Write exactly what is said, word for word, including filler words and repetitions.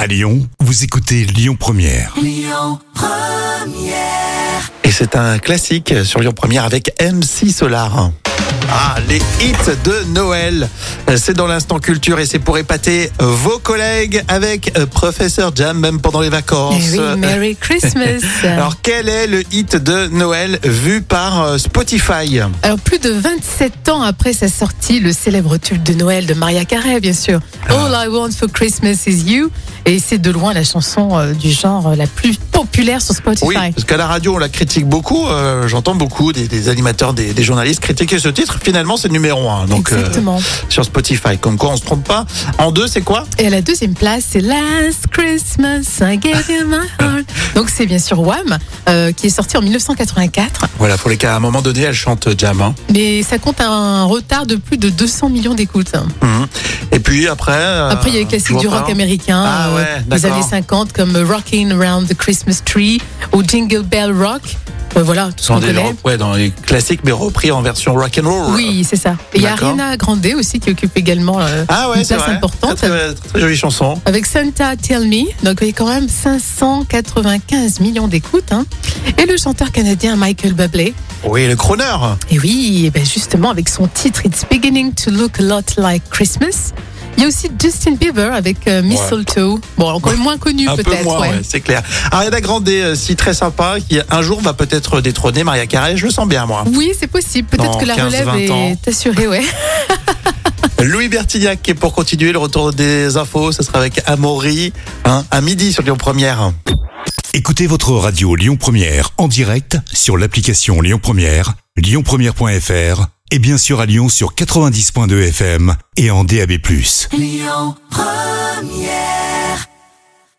À Lyon, vous écoutez Lyon Première. Lyon Première. Et c'est un classique sur Lyon Première avec M C Solar. Ah, les hits de Noël. C'est dans l'instant culture et c'est pour épater vos collègues avec Professeur Jam, même pendant les vacances. Eh oui, Merry Christmas. Alors, quel est le hit de Noël vu par Spotify? Alors, plus de vingt-sept ans après sa sortie, le célèbre tube de Noël de Mariah Carey, bien sûr. Ah. All I Want for Christmas is You. Et c'est de loin la chanson euh, du genre euh, la plus populaire sur Spotify. Oui, parce qu'à la radio, on la critique beaucoup. Euh, j'entends beaucoup des, des animateurs, des, des journalistes critiquer ce titre. Finalement, c'est numéro un. Donc, Exactement. Euh, sur Spotify. Comme quoi, on se trompe pas. En deux, c'est quoi? Et à la deuxième place, c'est Last Christmas, I gave you my heart. Donc c'est bien sûr Wham, euh, qui est sorti en dix-neuf cent quatre-vingt-quatre. Voilà, pour les cas, à un moment donné, elle chante Jam. Hein. Mais ça compte un retard de plus de deux cents millions d'écoutes. Mmh. Et puis après... Euh, Après, il y a les classiques du rock américain, Ah, euh, ouais, des d'accord. années cinquante, comme Rockin' Around the Christmas Tree ou Jingle Bell Rock. Euh, voilà, tout ce Dans, qu'on des, connaît. ouais, dans les classiques, mais repris en version rock and roll. Oui, c'est ça. Et il y a D'accord. Ariana Grande aussi qui occupe également euh, Ah ouais, une c'est place vrai. importante. Très, très, très, très jolie chanson. Avec Santa Tell Me, donc il y a quand même cinq cent quatre-vingt-quinze millions d'écoutes. Hein. Et le chanteur canadien Michael Bublé. Oui, le crooner. Et oui, et ben justement avec son titre It's Beginning to Look a Lot Like Christmas. Il y a aussi Justin Bieber avec euh, Mistletoe. Bon, encore moins connu Un peu peut-être. moins, ouais. ouais, c'est clair. Ariana Grande, euh, si très sympa, qui un jour va peut-être détrôner Mariah Carey. Je le sens bien, moi. Oui, c'est possible. Peut-être Dans que la quinze, relève vingt ans. est assurée, ouais. Louis Bertignac, et pour continuer le retour des infos, ce sera avec Amaury, hein, à midi sur Lyon Première. Écoutez votre radio Lyon Première en direct sur l'application Lyon Première, lyon première point f r et bien sûr à Lyon sur quatre-vingt-dix point deux F M et en D A B plus. Lyon Première.